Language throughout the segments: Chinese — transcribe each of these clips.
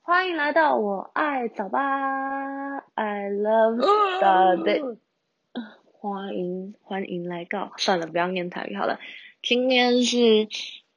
欢迎来到我爱早八，I love study。欢迎来到，算了，不要念台语好了。今天是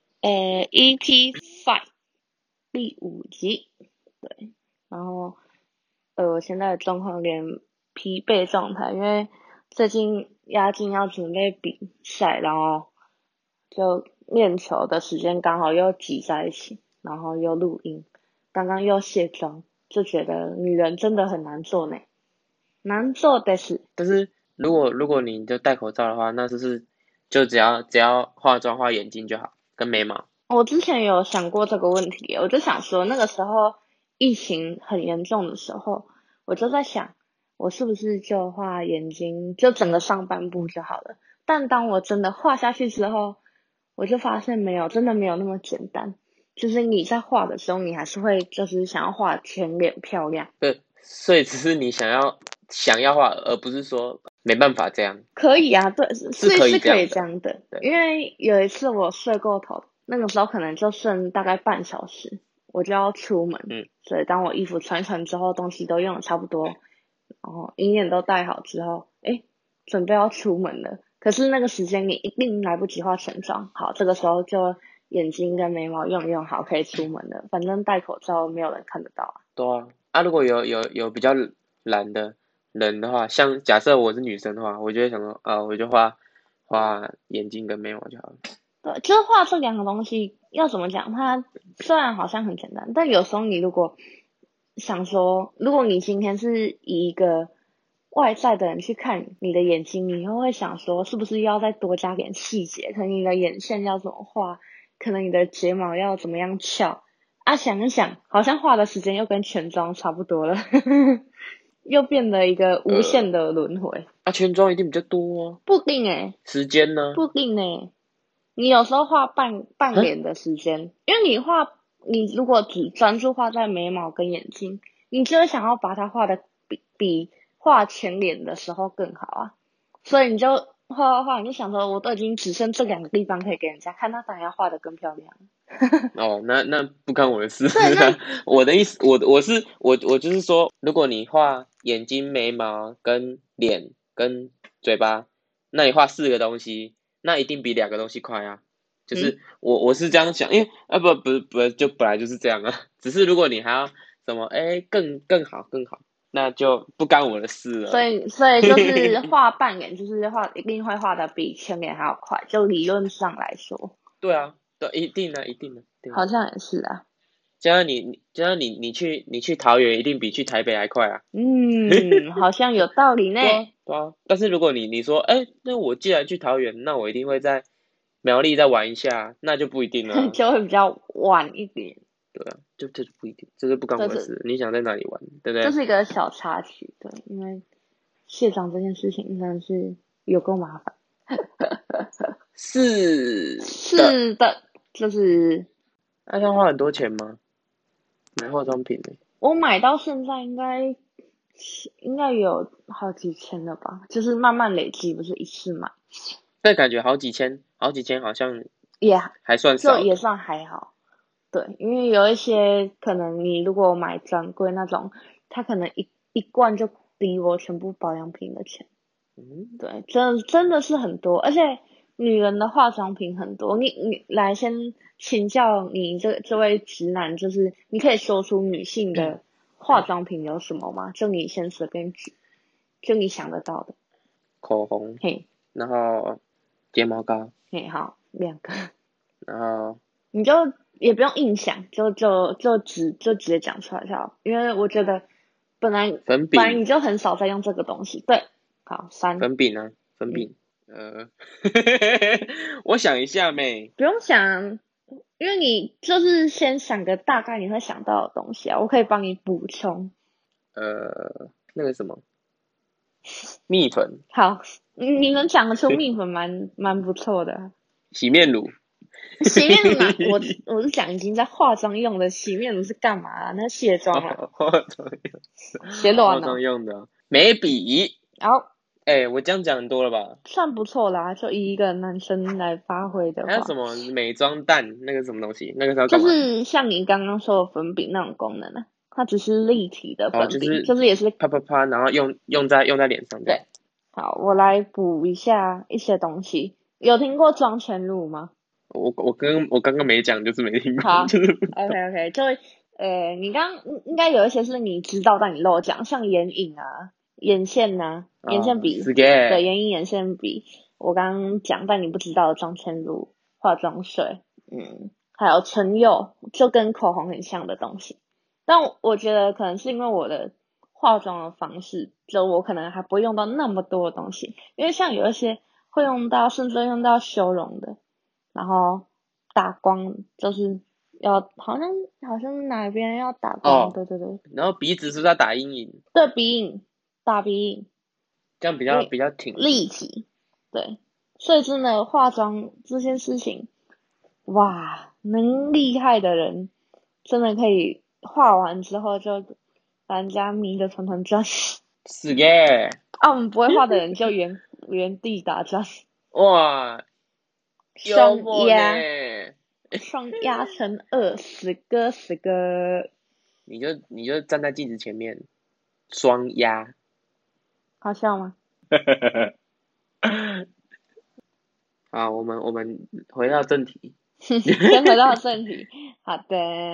EP 5第5集，对。然后我现在的状况有点疲惫状态，因为最近压境要准备比赛，然后就练球的时间刚好又挤在一起，然后又录音，刚刚又卸妆，就觉得女人真的很难做呢，难做的是。 但是如果你就戴口罩的话，那就是就只要化妆画眼睛就好，跟眉毛。 我之前有想过这个问题，我就想说那个时候疫情很严重的时候，我就在想，我是不是就画眼睛，就整个上半部就好了。但当我真的画下去之后，我就发现没有，真的没有那么简单。就是你在画的时候，你还是会就是想要画全脸漂亮。 对，所以只是你想要画，而不是说没办法这样， 可以啊，对， 是可以是可以这样的。 这样的。 对， 因为有一次我睡过头，那个时候可能就剩大概半小时，我就要出门， 嗯， 所以当我衣服穿一穿之后，东西都用的差不多，然后鹰眼都戴好之后，准备要出门了。可是那个时间你一定来不及化全妆，好，这个时候就眼睛跟眉毛用一用好，可以出门了。反正戴口罩没有人看得到啊。 对啊。啊，如果有比较懒的人的话，像假设我是女生的话，我就会想说，我就画眼睛跟眉毛就好了。 对，就是画这两个东西要怎么讲？它虽然好像很简单，但有时候你如果想说，如果你今天是以一个外在的人去看你的眼睛，你会想说，是不是要再多加点细节？可能你的眼线要怎么画，可能你的睫毛要怎么样翘啊？想一想，好像画的时间又跟全妆差不多了，又变得一个无限的轮回。 全妆一定比较多哦。 不定时间呢？ 不定你有时候画半哈， 脸的时间，因为你如果只专注画在眉毛跟眼睛，你就会想要把它画的比画全脸的时候更好啊，所以你就画，你就想说，我都已经只剩这两个地方可以给人家看，那当然要画的更漂亮。 哦，那不干我的事对， 啊。 那我的意思，我就是说，如果你画眼睛、眉毛、跟脸、跟嘴巴，那你画4个东西，那一定比2个东西快啊。就嗯， 是我是这样想，因为不就本来就是这样啊。只是如果你还要什么更好，那就不干我的事了。 所以就是画半脸，就是一定会画的比全脸还要快，就理论上来说， 对啊，对，一定的，一定的，对啊。 好像也是啊。 加上你去桃园，一定比去台北还快啊。 嗯，好像有道理呢。 对啊，对啊。但是如果你说，那我既然去桃园，那我一定会在苗栗再玩一下，那就不一定了啊。 就会比较晚一点。 对啊，这就不一定，这就不干这是我的事。你想在哪里玩，对不对？ 这是一个小插曲，对，因为卸妆这件事情真的是有够麻烦。 是的。 是的，就是那要花很多钱吗？买化妆品呢？ 我买到现在应该有好几千了吧，就是慢慢累积，不是一次买， 但感觉好几千，好几千好像也还算少的。 就也算还好。对，因为有一些可能你如果买专柜那种，它可能一罐就抵我全部保养品的钱。 嗯， 对，真的是很多，而且女人的化妆品很多。你来先请教你这位直男，就是你可以说出女性的化妆品有什么吗？就你先随便举，就你想得到的。 口红， 嘿， 然后睫毛膏， 嘿，好，2个， 然后你就也不用硬想，就直接讲出来就好，因为我觉得本来粉饼， 本来你就很少在用这个东西。对，好，3， 粉饼啊，粉嗯。 饼。我想一下妹。 不用想，因为你就是先想个大概你会想到的东西啊，我可以帮你补充。 那个什么蜜粉、 好，你能讲得出蜜粉蛮不错的。 洗面乳。 洗面乳嘛，我是讲已经在化妆用的洗面乳是干嘛啊？那卸妆啊， 化妆用写化妆卵哦。 用的眉笔。 然后我这样讲很多了吧？ 算不错啦，就以一个男生来发挥的话， 还有什么美妆蛋那个什么东西？那个是要就干嘛的？ 是像你刚刚说的粉饼那种功能啊。 它只是立体的粉笔， 就是也是啪啪啪，然后用在脸上这样。 对。好，我来补一下一些东西。有听过妆前乳吗？ 我刚刚没讲，就是没听过， 好就是不知道。 ，OK，就你应该有一些是你知道但你漏讲，像眼影啊、眼线呐、眼线笔， 是的。 对，眼影、眼线笔，我刚刚讲但你不知道的妆前乳、化妆水，还有唇釉，就跟口红很像的东西。但我觉得可能是因为我的化妆的方式，就我可能还不会用到那么多的东西，因为像有一些会用到，甚至用到修容的，然后打光，就是好像哪边要打光，对对对， 然后鼻子是不是要打阴影？ 对鼻影，打鼻影， 这样比较挺立体，对，所以真的化妆这件事情，哇，能厉害的人真的可以画完之后就把人家迷得团团转。 是的。 啊，我们不会画的人就原地打转， 哇，幽双默呢。 压双压成2，死哥， 你就站在镜子前面，双压。 好笑吗？ 好，我们回到正题。 先回到正题，好的，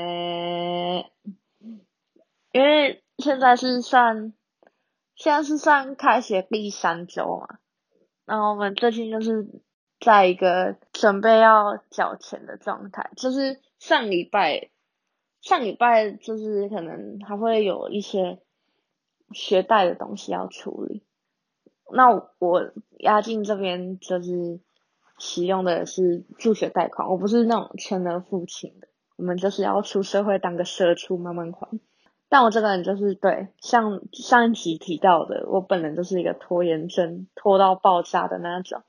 因为现在是算开学第3周嘛，然后我们最近就是在一个准备要缴钱的状态，就是上礼拜就是可能还会有一些学贷的东西要处理，那我押进这边就是使用的是助学贷款，我不是那种全额付清的，我们就是要出社会当个社畜慢慢还。但我这个人就是对，像上一集提到的，我本人就是一个拖延症，拖到爆炸的那种。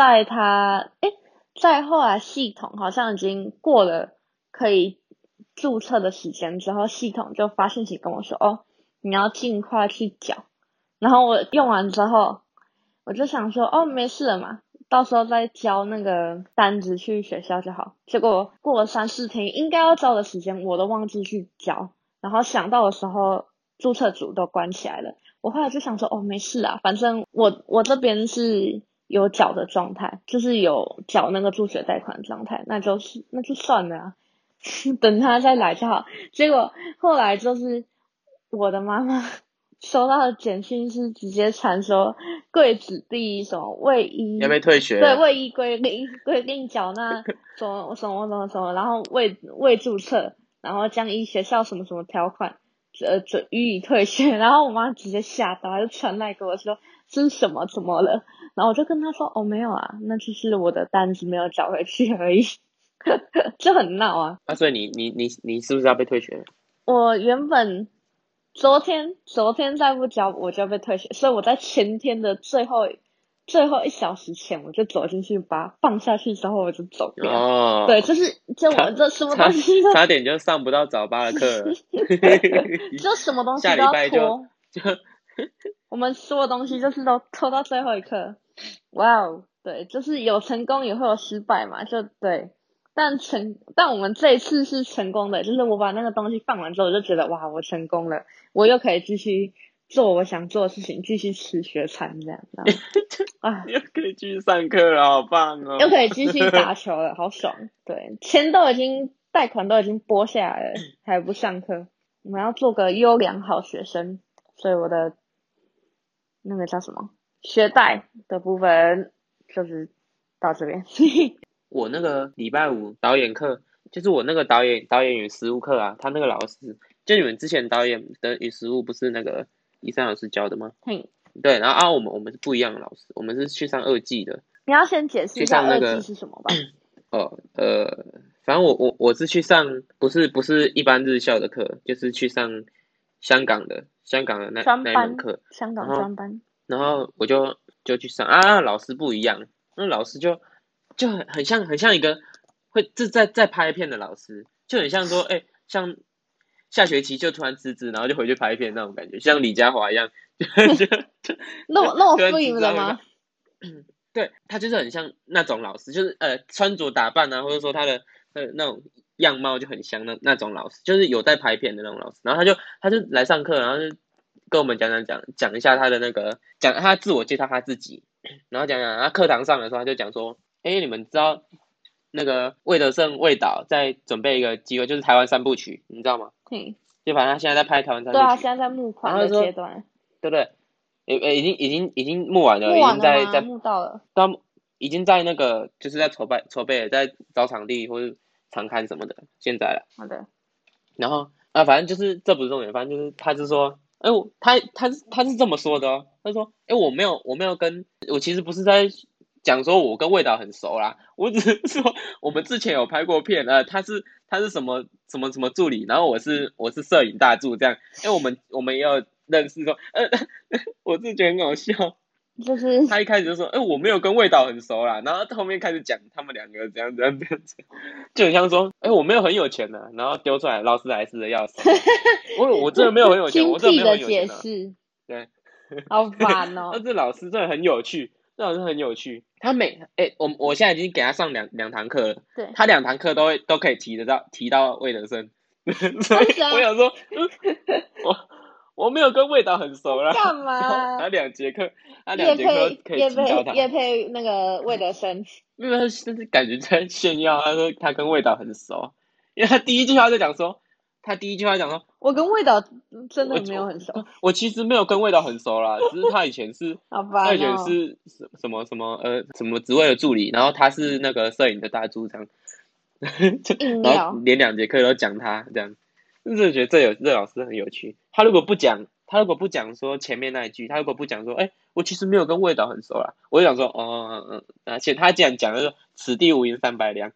在后来系统好像已经过了可以注册的时间之后，系统就发信息跟我说，你要尽快去缴。然后我用完之后，我就想说，没事了嘛，到时候再交那个单子去学校就好。结果过了3-4天，应该要交的时间我都忘记去交。然后想到的时候，注册组都关起来了。我后来就想说，没事啊，反正我这边是有缴的状态，就是有缴那个助学贷款的状态，那就算了啊，等他再来就好。结果后来就是我的妈妈收到的简讯是直接传说贵子弟什么未依， 要被退学对， 了。 未依规定缴纳什么，然后未注册。然后将依学校什么什么条款，准予以退学。然后我妈直接吓到，就传来给我说这是什么怎么了？然后我就跟她说没有啊，那就是我的单子没有缴回去而已，就很闹啊。 所以你是不是要被退学了？ 我原本昨天再不交我就被退学，所以我在前天的最后1小时前我就走进去把它放下去之后我就走掉。对，就我这什么东西都差点就上不到早八的课了。 就什么东西下都要礼拜拖，我们所有东西就是都拖到最后一刻。哇哦，对，就是有成功也会有失败嘛，就对。但我们这一次是成功的，就是我把那个东西放完之后，我就觉得哇，我成功了，我又可以继续做我想做的事情，继续吃学餐这样。 又可以继续上课了，好棒哦！ 又可以继续打球了，好爽。对，贷款都已经拨下来了，还不上课。我们要做个优良好学生，所以我的那个叫什么学贷的部分就是到这边。 我那个礼拜5导演课，就是我那个导演与实务课啊，他那个老师，就你们之前导演的与实务不是那个伊山老师教的吗？对，然后我们是不一样的老师，我们是去上2季的。 你要先解释一下2季是什么吧？ 反正我是去上不是一般日校的课，就是去上香港的那一门课， 香港专班。 然后我就去上老师不一样，那老师就很像一个会在拍片的老师，就很像说像下学期就突然辞职，然后就回去拍片那种感觉，像李佳华一样， 那么 free 的吗？ 对，他就是很像那种老师，就是穿着打扮啊，或者说他的那种样貌就很像那种老师，就是有在拍片的那种老师。然后他就来上课，然后就跟我们讲一下他的那个讲他自我介绍他自己，然后他课堂上的时候他就讲说，你们知道那个魏德胜魏导在准备一个机会，就是台湾三部曲，你知道吗？就反正他现在在拍台湾三部曲。 对啊，现在在募款的阶段。 对不对？已经募完了， 募完了吗？ 已经在募到了。 已经在那个就是在筹备，在找场地或是场刊什么的，现在了。 好的。 然后反正就是这不是重点，反正就是他是说，他是这么说的哦，他说，我没有跟我其实不是在讲说我跟魏导很熟啦，我只是说我们之前有拍过片，他是什么助理，然后我是摄影大助这样，我们也有认识说，我自己觉得很好笑。 就是他一开始就说，我没有跟魏导很熟啦，然后后面开始讲他们两个怎样，就很像说，我没有很有钱的，然后丢出来，劳斯莱斯的钥匙，我真的没有很有钱，我真的没有很有钱的。对， 好烦哦。 这老师真的很有趣，这老师很有趣。他我现在已经给他上两堂课了， 对， 他2堂课都可以提到魏德胜，所以我想说，我没有跟魏导很熟啦。 干嘛？ 他2节课都可以提到他。 也配那个魏德胜。 没有，甚至感觉在炫耀。他说他跟魏导很熟，因为他第一句话就讲说， 我跟魏导真的没有很熟。 我其实没有跟魏导很熟啦，只是他以前是他以前是什么职位的助理，然后他是那个摄影的大助这样，然后连2节课都讲他这样，真的觉得这老师很有趣。他如果不讲说前面那一句，他如果不讲说，我其实没有跟魏导很熟啦，我就想说，而且他既然讲的是此地无银300两，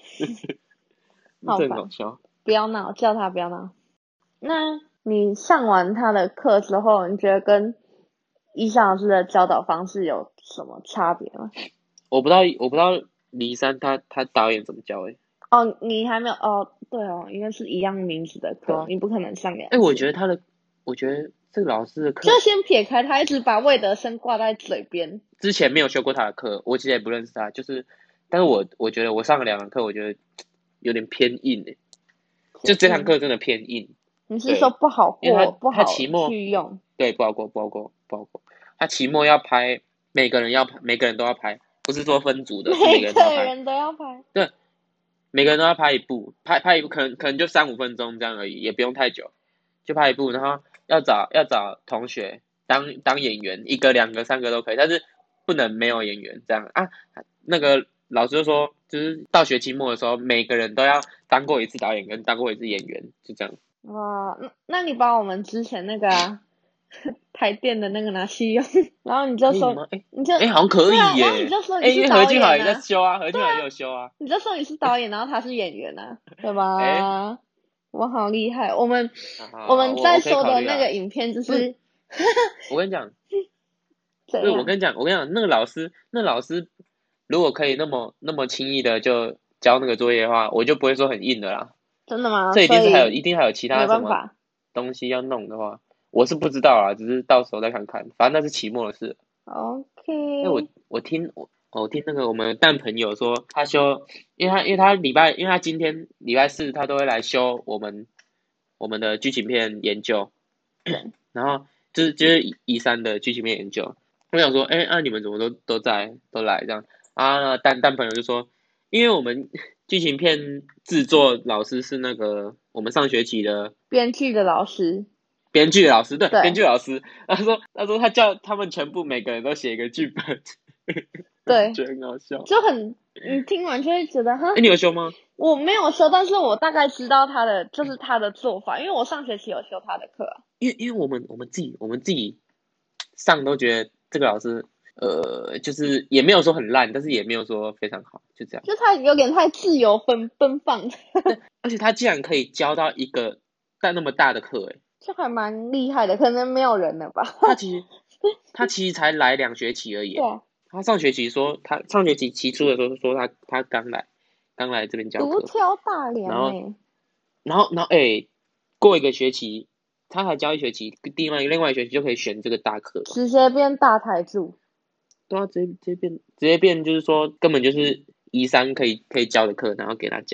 这很搞笑。 不要闹，叫他不要闹。那你上完他的课之后，你觉得跟伊尚老师的教导方式有什么差别吗？ 我不知道李珊他导演怎么教哦，你还没有哦？对哦，因为是一样名字的课，你不可能上2次。 我觉得这个老师的课， 就先撇开他一直把魏德胜挂在嘴边。 之前没有修过他的课，我其实也不认识他，但是我觉得我上了2堂课，我觉得有点偏硬就这堂课真的偏硬。 你是说不好过，不好去用？ 对，不好过。他期末要拍，每个人都要拍，不是说分组的，是每个人都要拍。 对，每个人都要拍一部，拍一部可能就3-5分钟这样而已，也不用太久，就拍一部，然后要找同学当演员，1个、2个、3个都可以，但是不能没有演员这样啊。那个老师就说，就是到学期末的时候，每个人都要当过1次导演跟当过1次演员，就这样。 哇，那你把我们之前那个台电的那个拿去用，然后你就说，你就好像可以耶。 然后你就说你是导演何俊豪也在修啊，何俊豪也有修啊。 你就说你是导演，然后他是演员啊，对吧？我好厉害。我们在说的那个影片就是， 我跟你讲，我跟你讲，那个老师如果可以那么轻易的就交那个作业的话，我就不会说很硬的啦。 真的吗？ 这一定还有其他什么东西要弄的话，我是不知道啦，只是到时候再看看，反正那是期末的事。 OK。 我听那个我们蛋朋友说，他修，因为他今天礼拜4他都会来修我们的剧情片研究，然后就是E3的剧情片研究。我想说，你们怎么都来这样啊？蛋朋友就说，因为我们剧情片制作老师是那个我们上学期的编剧的老师。 对，编剧老师。他说他叫他们全部每个人都写一个剧本。 对， 觉得很好笑， 就很你听完就会觉得哈。 你有修吗？ 我没有修，但是我大概知道他的做法，因为我上学期有修他的课啊。 因为我们自己上都觉得这个老师就是也没有说很烂，但是也没有说非常好，就这样。 就他有点太自由奔放。 而且他竟然可以教到一个那么大的课， 就还蛮厉害的，可能没有人了吧。 他其实才来2学期而已。 对啊。 他上学期期初的时候说他刚来这边教课， 独挑大梁。 然后过1个学期他才教1学期，另外1学期就可以选这个大课， 直接变大台柱。 对啊，直接变就是说根本就是E3可以教的课，然后给他教。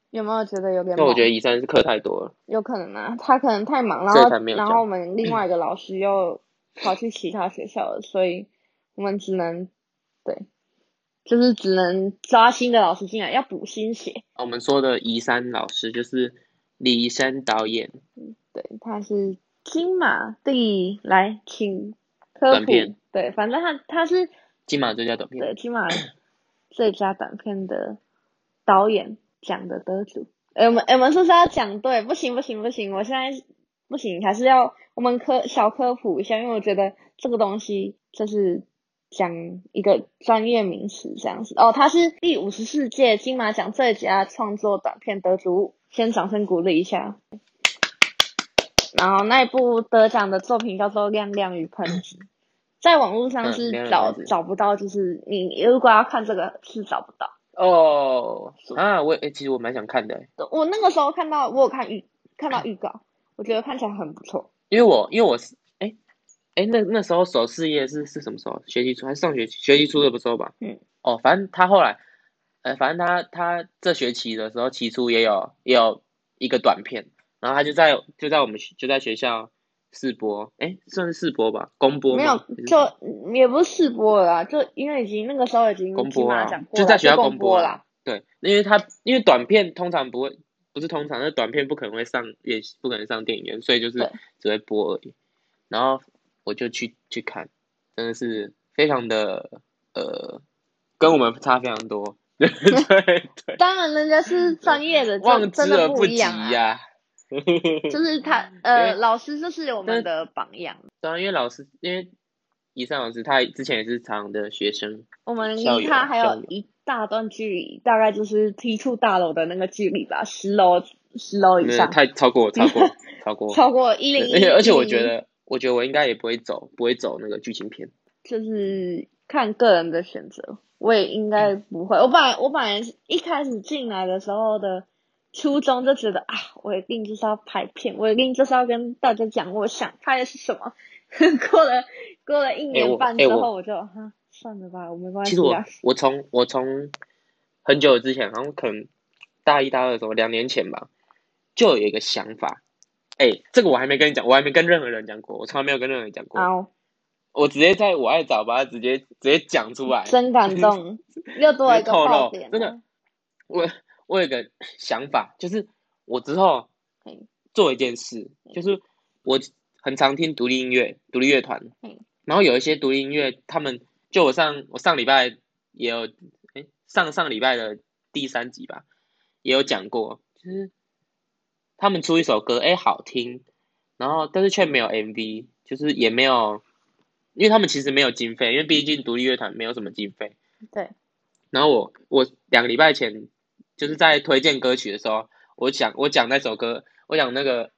有没有觉得有点那我觉得猛？ 乙三是课太多了， 有可能啊，他可能太忙，然所以后才没有教。 然后我们另外一个老师又跑去其他学校了，所以我们只能对，就是只能抓新的老师进来，要补新血。 我们说的乙三老师就是李山导演对，他是金马第来请科短片， 普，对，反正他是金马最佳短片。 对金马最佳短片的导演奖的得主。我们是不是要讲对？不行不行不行，我现在不行，还是要我们小科普一下，因为我觉得这个东西就是讲一个专业名词这样子。哦，他是第54届金马奖最佳创作短片得主，先掌声鼓励一下。然后那一部得奖的作品叫做《亮亮与喷子》，在网络上是亮亮喷子找不到，就是你如果要看这个是找不到。 哦啊，其实我蛮想看的， 我那个时候看到，我有看到预告，我觉得看起来很不错。 因为我是那时候首4页是什么时候？学期初还是上学期？学期初的时候吧。哦，反正他后来，反正他这学期的时候，期初也有一个短片，然后他就在我们就在学校试播，算是试播吧，公播没有吗？ 就也不是试播了啦，就因为那个时候已经金公播啦， 马奖过了， 就在学校公公播啦。 对，因为短片通常不会，不是通常，那短片不可能会上不可能上电影院，所以就是只会播而已。然后我就去看，真的是非常的跟我们差非常多。对对， 当然人家是专业的，就望真的之而不一样啊。 及呀。 就是他老师就是我们的榜样。 当然，因为以上老师他之前也是常的学生， 我们离他还有一大段距离，大概就是踢出大楼的那个距离吧，10楼以上。 太超过超过101。 而且我觉得我应该也不会走那个剧情片， 就是看个人的选择，我也应该不会。我本来一开始进来的时候的初衷就觉得啊，我一定就是要拍片，我一定就是要跟大家讲我想拍的是什么。过了1年半之后，我就算了吧，我没关系啊。 其实我从很久之前，好像可能大一大二的时候，2年前吧，就有一个想法。这个我还没跟你讲，我还没跟任何人讲过，我从来没有跟任何人讲过。 好， 我直接在我爱找把它直接讲出来， 真感动，又多一个爆点。 真的，我有个想法，就是我之后做一件事，就是我很常听独立乐团，然后有一些独立音乐，他们就我上礼拜也有，上礼拜的第3集吧，也有讲过，就是他们出一首歌，好听，然后但是却没有 MV，就是也没有，因为他们其实没有经费，因为毕竟独立乐团没有什么经费。 对。 然后我2个礼拜前就是在推荐歌曲的时候，我讲那首歌，我讲那个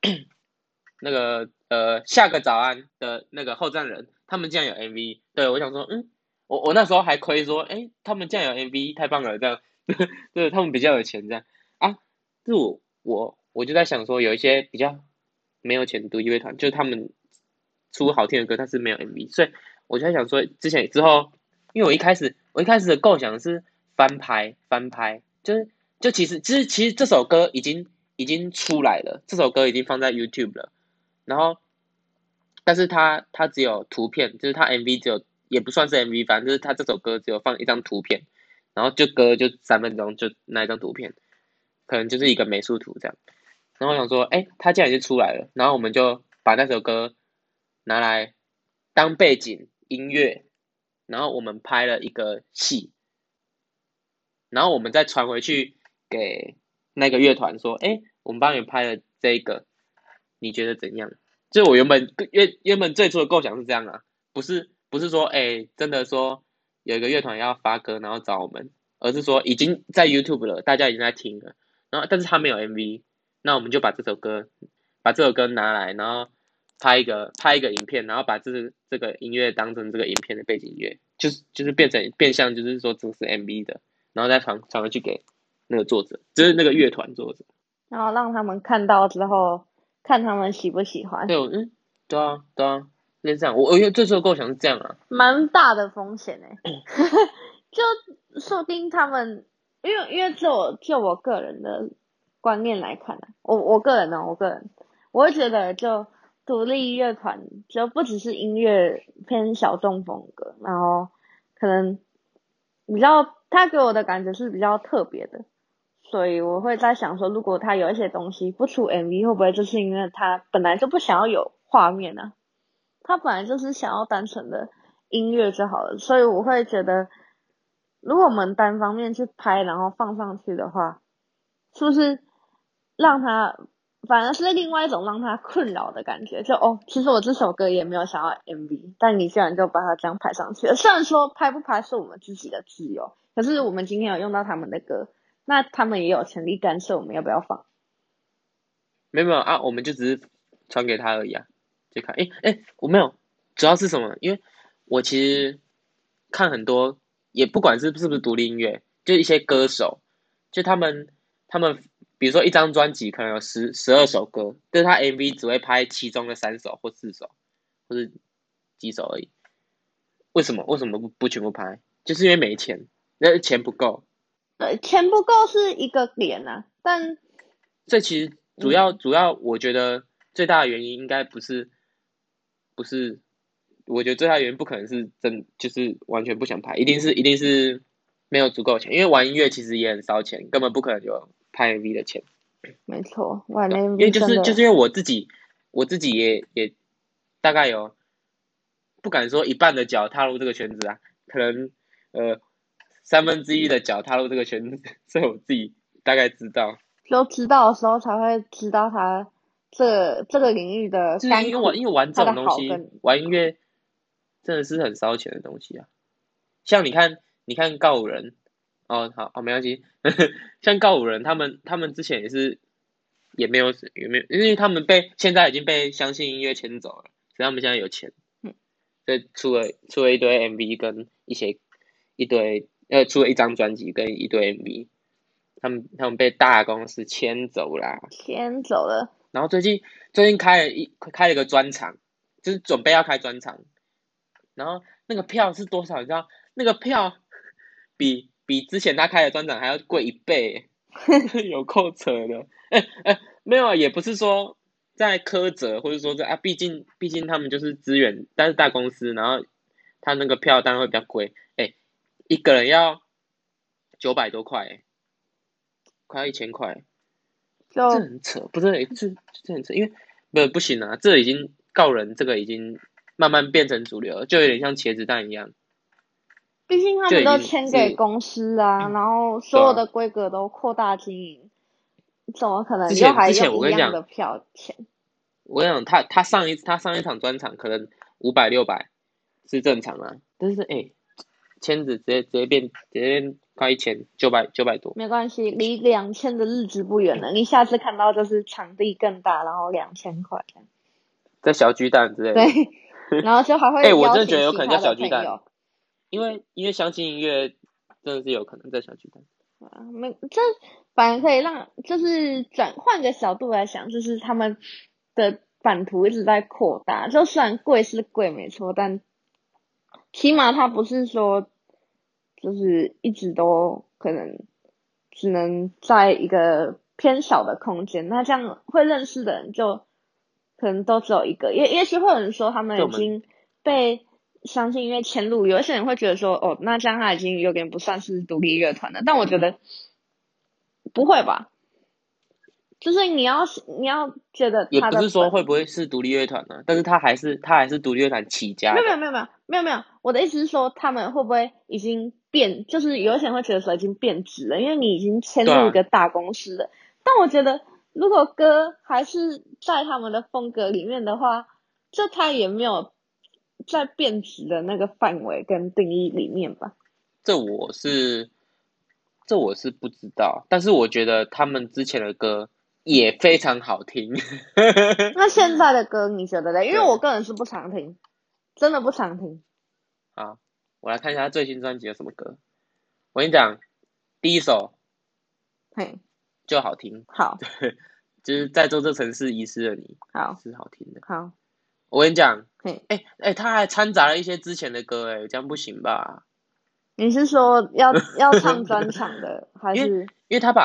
下个早安的那个后站人，他们竟然有 MV， 对，我想说，我那时候还亏说，他们竟然有 MV， 太棒了，这样，对，他们比较有钱这样啊，是我就在想说，有一些比较没有钱的独立乐团，就是他们出好听的歌，但是没有 MV， 所以我就在想说，之后，因为我一开始的构想是翻拍，就其实这首歌已经出来了，这首歌已经放在 YouTube 了，然后但是它只有图片，就是它 MV 也不算是 MV， 反正就是它这首歌只有放一张图片，然后歌就3分钟，就那一张图片，可能就是一个美术图这样。然后我想说，它既然已经出来了，然后我们就把那首歌拿来当背景音乐，然后我们拍了一个戏，然后我们再传回去给那个乐团说，我们帮你拍了这个，你觉得怎样？就我原本最初的构想是这样啊，不是说真的说有一个乐团要发歌然后找我们，而是说已经在 YouTube 了，大家已经在听了，然后但是他没有 MV， 那我们就把这首歌拿来，然后拍一个影片，然后把这个音乐当成这个影片的背景音乐，就是变相就是说这是 MV 的，然后再传回去给那个作者，就是那个乐团作者， 然后让他们看到之后，看他们喜不喜欢。 对，对啊，类似这样。我最初的构想是这样啊， 蛮大的风险就说不定他们，因为就我个人的观念来看我个人我会觉得就独立乐团就不只是音乐偏小众风格，然后可能比较他给我的感觉是比较特别的，所以我会在想说，如果他有一些东西不出 MV，会不会就是因为他本来就不想要有画面啊？他本来就是想要单纯的音乐就好了，所以我会觉得，如果我们单方面去拍，然后放上去的话，是不是让他反而是另外一种让他困扰的感觉？就其实我这首歌也没有想要 MV，但你居然就把它这样拍上去了。虽然说拍不拍是我们自己的自由，可是我们今天有用到他们的歌，那他们也有权利干涉我们要不要放。 没有啊，我们就只是传给他而已啊，就看。我没有，主要是什么？因为我其实看很多，也不管是不是独立音乐，就一些歌手，就他们，比如说一张专辑可能有12首歌，但是他 MV 只会拍其中的3首或4首，或是几首而已。为什么不全部拍？就是因为没钱，那钱不够。 对，钱不够是一个点啊，但这其实主要，我觉得最大的原因应该不是，我觉得最大的原因不可能是就是完全不想拍，一定是没有足够钱，因为玩音乐其实也很烧钱，根本不可能有拍 MV 的钱。 没错，玩因为 MV 就是真的因为我自己也大概有不敢说一半的脚踏入这个圈子啊，可能1/3的脚踏入这个圈子，所以我自己大概知道。 就知道的时候才会知道他这个领域的就是因为玩甘苦， 因为玩这他的种东西， 好跟玩音乐真的是很烧钱的东西啊。像你看告五人，好没关系，像告五人他们之前也没有，因为他们现在已经被相信音乐牵走了，所以他们现在有钱，所以出了一堆 MV 跟出了一张专辑跟一堆 MV，他们被大公司牵走啦。 牵走了。 然后最近开了一个专场，就是准备要开专场，然后那个票是多少？你知道？那个票比之前他开的专场还要贵1倍，有够扯的。没有啊，也不是说在苛责，或者说毕竟他们就是资源，但是大公司，然后他那个票当然会比较贵。一个人要900多块，快要1000块。这就很扯，不是？这很扯，因为不行啊，这已经告人，这个已经慢慢变成主流了，就有点像茄子蛋一样， 毕竟他们就已都签给经是公司啊，然后所对啊。 有的规格都扩大经营，怎么可能之又还前之前用一样的我跟你讲， 票钱？ 我跟你讲，他上一场专场可能500、600是正常啊，但是签字直接变快1000，900多。 没关系，离2000的日子不远了。你下次看到就是场地更大，然后2000块这样。 在小巨蛋之类对， 的。 然后就还会我邀真的觉得有请其他可能在小巨蛋， 的朋友。 因为相信音乐真的是有可能在小巨蛋。 这反而可以让就是换个角度来想，就是他们的版图一直在扩大，就虽然贵是贵没错，但起码它不是说就是一直都可能只能在一个偏小的空间，那这样会认识的人就可能都只有一个，也许会有人说他就我们们已经被相信音乐迁入，有一些人会觉得说那这样他已经有点不算是独立乐团了，但我觉得不会吧，就是你要觉得也不是说他的本会不会是独立乐团呢，但是他还是独立乐团起家的。 没有，我的意思是说，他们会不会已经变，就是有一些人会觉得说已经变质了，因为你已经迁对啊， 入一个大公司了。但我觉得，如果歌还是在他们的风格里面的话，就他也没有在变质的那个范围跟定义里面吧。 这我是这我是不知道，但是我觉得他们之前的歌也非常好听。 那现在的歌你觉得嘞？因为我对个人是不常听，真的不常听。 啊，我来看一下他最新专辑有什么歌。我跟你讲，第一首嘿， 就好听， 好， 就是在做这城市遗失了你， 好， 是好听的。 好， 我跟你讲， 嘿， 他还掺杂了一些之前的歌，这样不行吧？ 你是说要唱专场的，还因为是因为他把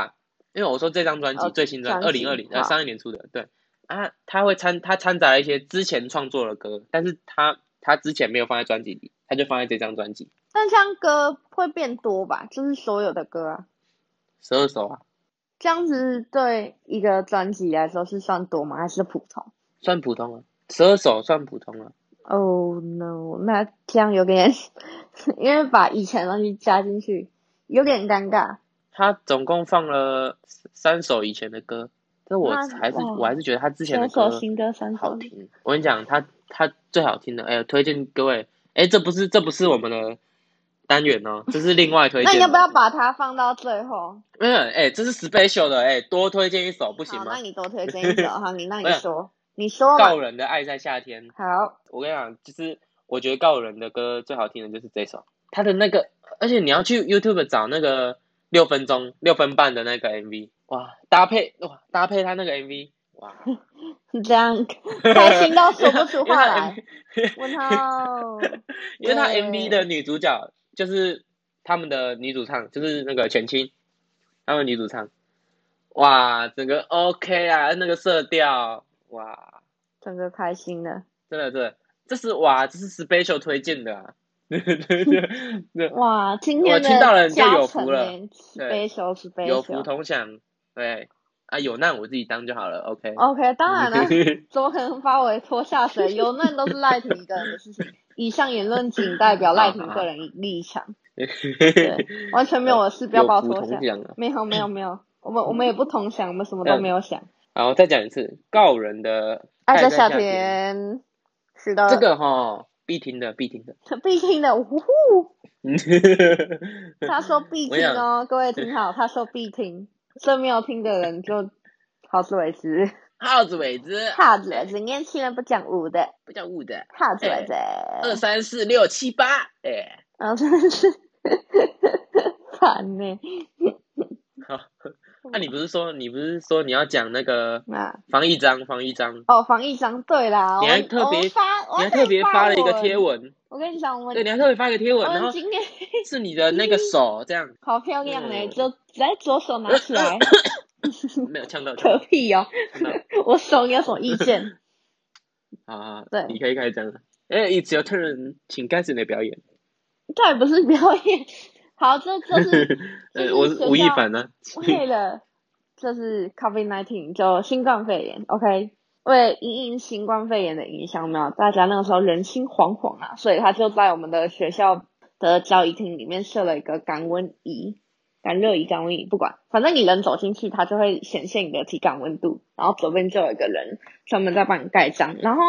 因为我说这张专辑最新专专辑 2020上一年出的，对啊，他掺杂了一些之前创作的歌，但是他之前没有放在专辑里，他就放在这张专辑。 但这样歌会变多吧？就是所有的歌啊， 12首啊， 这样子对一个专辑来说是算多吗？还是普通算普通啊，12首算普通啊。 ？Oh no，那这样有点，因为把以前的东西加进去，有点尴尬。 他总共放了3首以前的歌，但我那还是觉得他之前的 9首歌新歌3首， 好听。我跟你讲，他最好听的，推荐各位，这不是我们的单元哦，这是另外推荐的。 那你要不要把它放到最后？ 没有，这是 special 的，多推荐一首不行好， 吗？ 那你多推荐一首，好，那没有， 你说，你说嘛。 告人的爱在夏天。 好， 我跟你讲，就是我觉得告人的歌最好听的就是这首，他的那个，而且你要去 YouTube 找那个6分半的那个 MV，哇，搭配他那个 MV，哇， 这样开心到说不出因为他话来。问号， 因为他 MV 的耶， 女主角就是他们的女主唱，就是那个全青，他们女主唱，哇，整个 OK 啊，那个色调，哇， 整个开心了。 真的，这是 special 推荐的啊，对， 哇，今我天的听到了就加有福了， 成呢对， ，special 有福 special。 同享，对，啊，有难我自己当就好了，OK。 OK，当然了，怎么可能把我拖下水？有难都是赖婷一个人的事情。以上言论仅代表赖婷个人立场，对，完全没有我的事，不要有福把我拖下。 同享啊。 没有，我们也不同想，我们什么都没有想。 好，再讲一次，告人的爱在夏爱在夏天， 天，是这的， 个必听的。 必听的，呼呼。他说必我跟你讲， 听哦，各位听好，他说必听，这没有听的人就好自为之。 耗子尾子， 好子为止，年轻人不讲武的， 不叫误的， 好自为之。 2、3、4、6、7、8， 然后真的是烦呢。 好，那你不是说你要讲那个啊， 防疫章？ 哦，防疫章，对啦， 你还特别发了一个贴文， 我跟你讲， 对，你还特别发一个贴文，然后我们今天是你的那个手这样， 好漂亮呢，就在左手拿起来。 没有呛到， 可屁哦！ 呛到。 我手你有什么意见？ 啊， 对， 你可以开始讲了。It's your turn，请开始你的表演。 这也不是表演。好，这是我是吴亦凡呢。 为了这是 COVID-19 就新冠肺炎 ，OK， 为因应新冠肺炎的影响嘛，大家那个时候人心惶惶啊，所以他就在我们的学校的教育厅里面设了一个感温仪。感热仪、感温仪，不管，反正你人走进去，它就会显现你的体感温度，然后左边就有一个人专门在帮你盖章，然后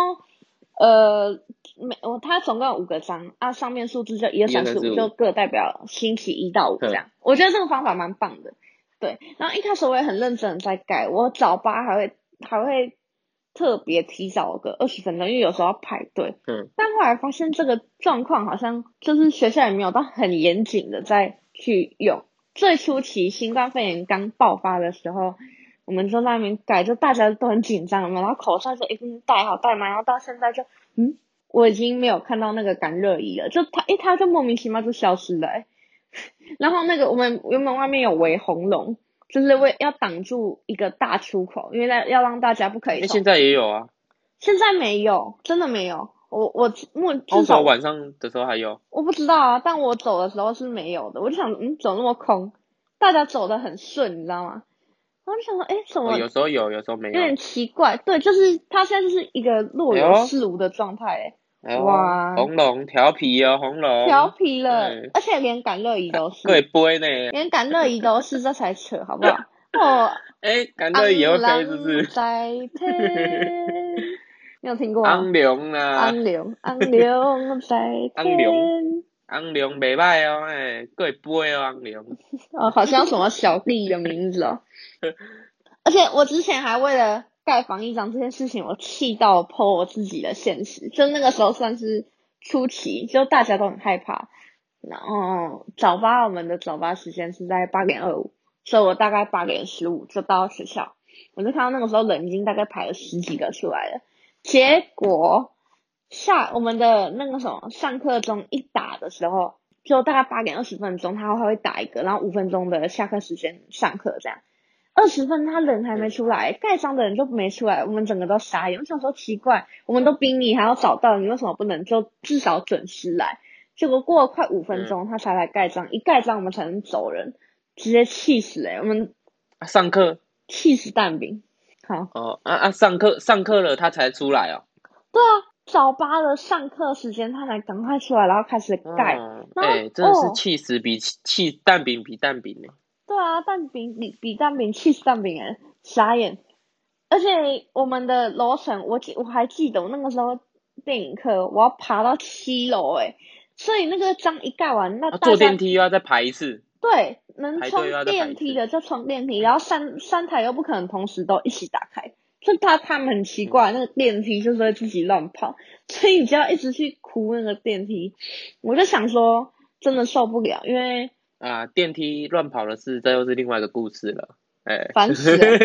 它总共有5个章啊，上面数字就1、2、3、4、5，就各代表星期1到5这样。我觉得这个方法蛮棒的，对。然后一开始我也很认真的在盖，我早八还会特别提早个20分钟，因为有时候要排队。但后来发现这个状况好像就是学校也没有到很严谨的在去用。最初期新冠肺炎刚爆发的时候，我们就在那边改，就大家都很紧张嘛，然后口罩就一定戴好戴满，然后到现在就我已经没有看到那个感热仪了，就它就莫名其妙就消失了然后那个我们原本外面有围红龙，就是要挡住一个大出口，因为要让大家不可以。 现在也有啊。 现在没有，真的没有。我至少晚上的时候还有， 我不知道啊，但我走的时候是没有的。我就想，走那么空，大家走得很顺，你知道吗？然后就想说，怎么？ 有时候有，有时候没有， 有点奇怪。对，就是它现在就是一个若有似无的状态，哇！ 红龙调皮哦，红龙调皮了，而且连感热仪都是， 对，杯呢， 连感热仪都是，这才扯，好不好？ 感热仪也会飞，是不是？ 在天，你有听过吗？ 昂龙啊， 昂龙在天， 昂龙袂歹哦，佫会飞哦，昂龙。 好像什么小弟的名字哦。而且我之前还为了盖防疫章这件事情，我气到 po 我自己的现实，就那个时候算是初期，就大家都很害怕。然后我们的早八时间是在8:25，所以我大概8:15就到学校，我就看到那个时候人已经大概排了10几个出来了。结果我们的那个什么上课钟一打的时候，就大概8:20，他会打一个，然后5分钟的下课时间上课这样。 20分他人还没出来，盖章的人就没出来，我们整个都傻眼。我想说奇怪，我们都逼你还要找到，你为什么不能就至少准时来？结果过了快5分钟他才来盖章，一盖章我们才能走人，直接气死我们上课气死蛋饼。好， 上课了他才出来哦。 对啊，早8了上课时间他才赶快出来，然后开始盖，然后真的是气死蛋饼比蛋饼呢。 对啊，蛋饼比蛋饼气死蛋饼哎，傻眼。而且我们的楼层，我还记得我那个时候电影课，我要爬到7楼哎，所以那个章一盖完，那大坐家电梯又要再排一次。 对，能冲排队又要再排一次电梯的就冲电梯，然后三台又不可能同时都一起打开，就怕他们很奇怪，那个电梯就是会自己乱跑，所以你就要一直去哭那个电梯。我就想说，真的受不了，因为电梯乱跑的事，这又是另外一个故事了。 烦死了。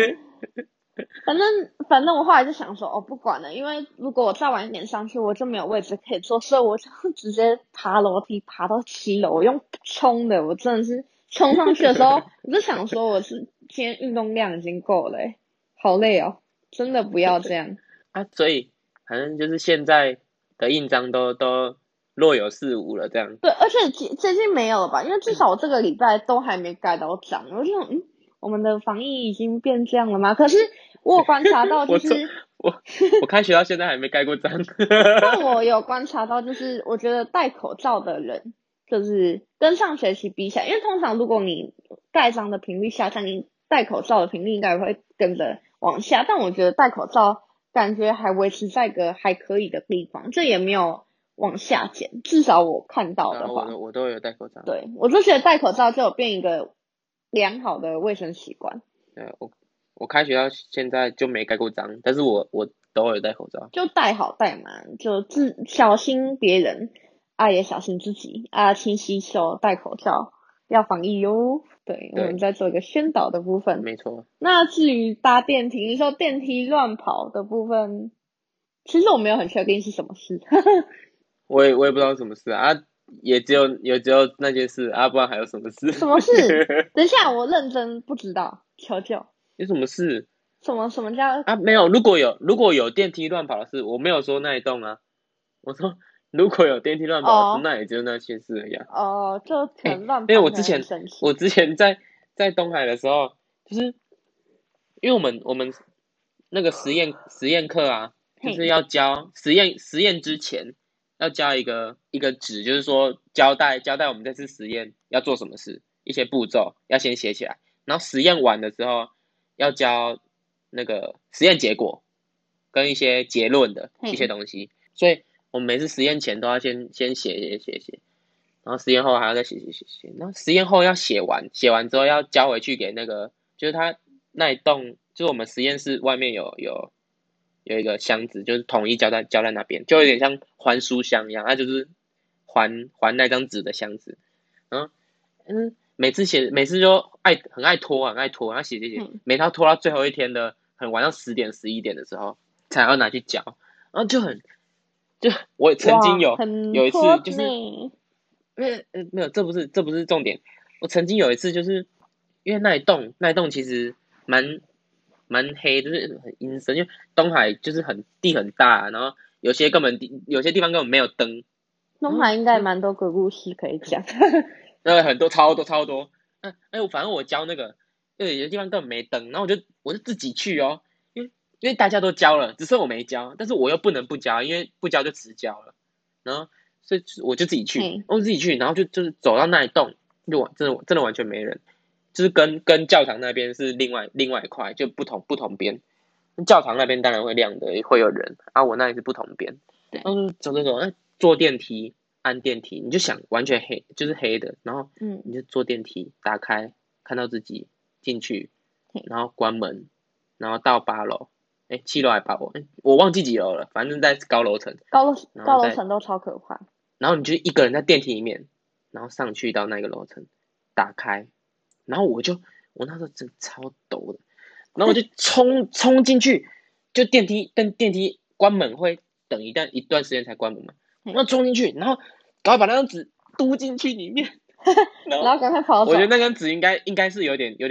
反正我后来就想说，不管了，因为如果我再晚一点上去，我就没有位置可以坐，所以我就直接爬楼梯爬到7楼，我用冲的，我真的是冲上去的时候，我就想说我是今天运动量已经够了好累哦，真的不要这样所以反正就是现在的印章都若有似无了这样。 对，而且最近没有了吧？因为至少我这个礼拜都还没盖到章，我就想我们的防疫已经变这样了吗？可是我有观察到，就是我开学到现在还没盖过章。 但我有观察到，就是我觉得戴口罩的人，就是跟上学期比起来，因为通常如果你盖章的频率下降，你戴口罩的频率应该会跟着往下。但我觉得戴口罩感觉还维持在一个还可以的地方，这也没有往下减，至少我看到的话， 我都有戴口罩。 对，我就觉得戴口罩就有变一个良好的卫生习惯。 我开学到现在就没盖过章，但是我都有戴口罩。 就戴好戴满，就小心别人也小心自己勤洗手，戴口罩，要防疫哟。对，我们在做一个宣导的部分。 没错。 那至于搭电梯，你说电梯乱跑的部分，其实我没有很确定是什么事。 我也不知道什么事也只有那件事不然还有什么事？ 什么事？等一下，我认真不知道，求救。 有什么事？ 什么叫没有，如果有电梯乱跑的事，我没有说那一栋我说如果有电梯乱跑的事，那也就那些事而已就可能乱跑。 因为我之前在东海的时候，就是因为我们那个实验课就是要交实验之前要交一个纸，就是说交代我们这次实验要做什么事，一些步骤要先写起来，然后实验完的时候要交那个实验结果跟一些结论的一些东西，所以我们每次实验前都要先写，然后实验后还要再写，然后实验后要写完之后要交回去给那个，就是他那一栋，就是我们实验室外面有一个箱子，就是统一交在那边，就有点像还书箱一样，它就是还那张纸的箱子。然后每次就很爱拖，然后写，每套拖到最后一天的，很晚上10点11点的时候才要拿去交，然后就我曾经有一次就是没有，这不是重点。我曾经有一次就是因为那一栋其实蛮黑，就是很阴森，因为东海就是地很大，然后有些地方根本没有灯。 东海应该蛮多鬼故事可以讲。 很多超多。反正我教那个，有些地方根本没灯，然后我就自己去因为大家都交了，只剩我没交，但是我又不能不交，因为不交就迟交了，然后所以我就自己去，然后就是走到那一栋，就真的完全没人，就是跟教堂那边是另外一块，就不同边。教堂那边当然会亮的，会有人我那里是不同边。然后走，坐电梯。按电梯，你就想完全黑，就是黑的，然后你就坐电梯，打开，看到自己进去，然后关门，然后到8楼，7楼还8楼，我忘记几楼了，反正在高楼层。 高楼层都超可怕。 然后你就一个人在电梯里面，然后上去到那个楼层，打开，然后我那时候真的超抖的，然后我就冲进去，就电梯关门会等一段时间才关门嘛。然后冲进去，然后赶快把那张纸嘟进去里面， 然后赶快跑走。 我觉得那张纸应该是有点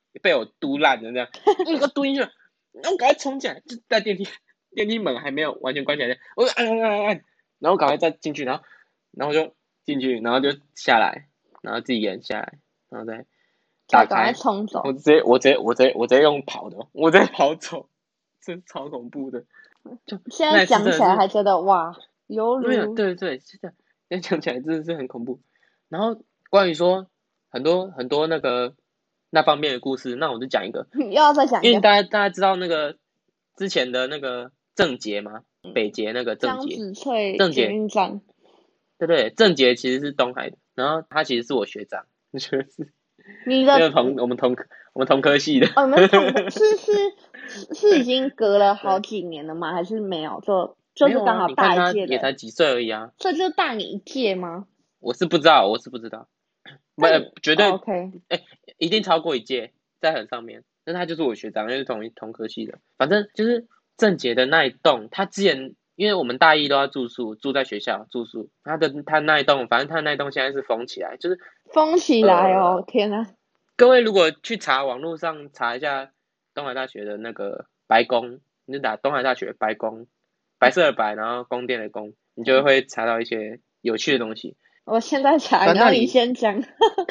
被我嘟烂了这样，那个嘟进去了，然后赶快冲起来，就在电梯门还没有完全关起来，我就按，然后赶快再进去，然后就进去，然后就下来，然后自己演下来，然后再打再赶快开， 冲走。 我直接用跑的，我直接跑走，真超恐怖的。就现在那一次真的是， 想起来还觉得哇，犹对啊， 如对，现在讲起来真的是很恐怖。然后关于说很多那方面的故事，那我就讲一个， 又要再讲一因为个大家知道那个之前的那个郑捷嘛，北捷那个郑江捷， 子翠捷郑捷， 运站。 对对，郑捷其实是东海的，然后他其实是我学长，就是你的那个我们同科系的， 哦，你们同的是已经隔了好几年了吗？还是没有？就是没有啊， 刚好大一你看他届的， 也才几岁而已啊， 这就是大你一届吗？ 我是不知道，不， 那你绝对， OK 一定超过一届，在很上面。但他就是我学长，因为是同科系的。反正就是郑杰的那一栋，他之前因为我们大一都要住宿，住在学校住宿，他那一栋，反正他那一栋现在是封起来，就是封起来哦！天哪， 各位如果去网络上查一下东海大学的那个白宫，你就打东海大学白宫，白色的白，然后宫殿的宫，你就会查到一些有趣的东西。 我现在查，然后你但那里先讲。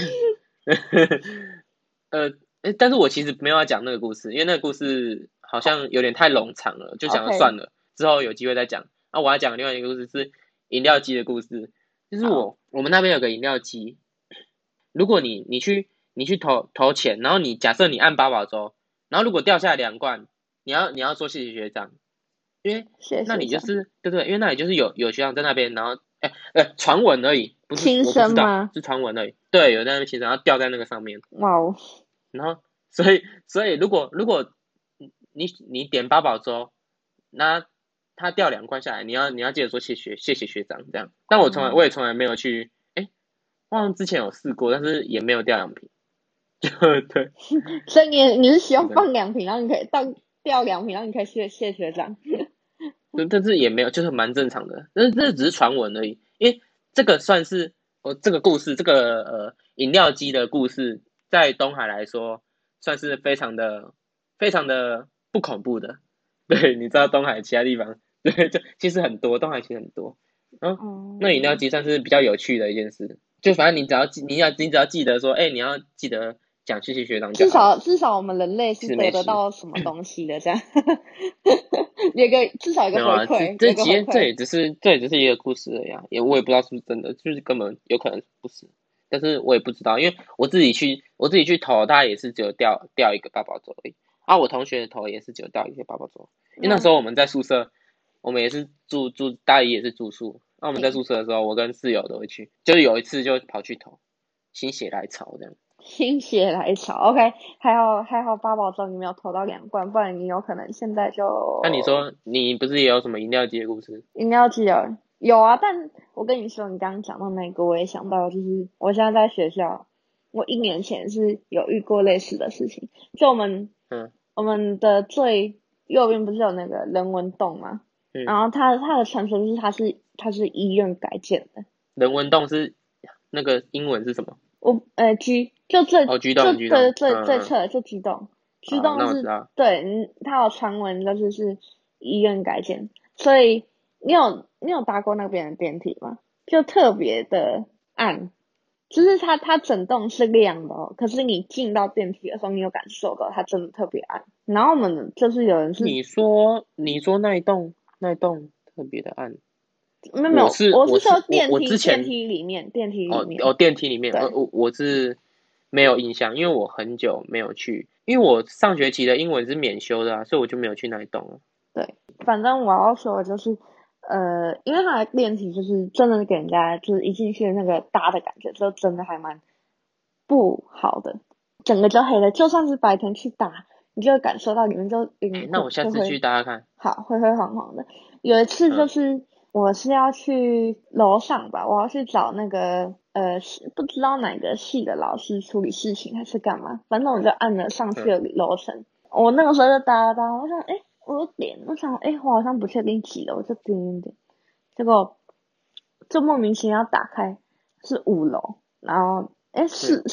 但是我其实没有要讲那个故事，因为那个故事好像有点太冗长了，就想要 OK， 算了，之后有机会再讲。那我要讲另外一个故事是饮料机的故事，就是好， 我们那边有个饮料机，如果你去投钱，然后假设你按八宝粥，然后如果掉下来2罐，你要说谢谢学长，因为那谢谢讲。 里就是对对，因为那里就是有学长在那边，然后传闻而已，不是轻我不知道， 声吗？ 是传闻而已。对，有在那边轻声，然后掉在那个上面， 哇哦， 然后所以如果你点八宝粥，那他掉2罐下来，你要记得说谢谢学长这样。但我也从来没有去，我好像之前有试过，但是也没有掉2瓶，就对， 所以你是希望是这样。 放2瓶，然后你可以掉2瓶，然后你可以谢学长。 但是也没有，就是蛮正常的。但是这只是传闻而已，因为这个算是这个故事，这个饮料机的故事，在东海来说算是非常的不恐怖的。对，你知道东海其他地方，对，就其实很多，东海其实很多。然后那饮料哦， 机算是比较有趣的一件事，就反正你只要记得说，你要记得讲谢谢学长就好了， 至少我们人类是其实没事。 得到什么东西的，这样至少有个没有啊， 回馈，有个回馈。 这也只是一个故事而已啊，我也不知道是不是真的，就是根本有可能不是，但是我也不知道，因为我自己去投，他也是只有掉一个八宝粥而已，啊，我同学的投也是只有掉一个八宝粥，因为那时那候我们在宿舍，我们也是大一也是住宿，那我们在嗯， 宿舍的时候，我跟室友都会去，就是有一次就跑去投，心血来潮这样。 心血来潮，OK，还好八宝粥你没有投到2罐，不然你有可能现在那你就说你不是也有什么饮料机的故事？ 饮料机有啊，但我跟你说，你刚刚讲到那个，我也想到，就是我现在在学校，我1年前是有遇过类似的事情，就嗯我们的最右边不是有那个人文洞吗？ 嗯， 然后它的传说就是它是医院改建的。 人文洞是那个英文是什么？ G 就居对洞， 最侧的就激动，激好， 动是那我知道。 对，它有传闻是医院改建，所以你有搭过那边的电梯吗？就特别的暗，就是它整栋是亮的哦，可是你进到电梯的时候，你有感受到它真的特别暗。然后我们就是有人是你说那一栋特别的暗， 没有，我是说我之前电梯里面， 电梯里面， 对。 我是没有印象，因为我很久没有去，因为我上学期的英文是免修的啊，所以我就没有去那一栋了。 对，反正我要说的就是，因为它的电梯就是真的给人家就是一进去那个搭的感觉，就真的还蛮不好的，整个就黑的，就算是白天去搭，你就会感受到里面就那我下次去大家看。 好灰黄黄的。有一次就嗯是我是要去楼上吧，我要去找那个不知道哪个系的老师处理事情还是干嘛，反正我就按了上去嗯的楼层。我那个时候就搭，我想我就点，我想我好像不确定几楼，我就点，结果就莫名其妙打开是5楼，然后嗯，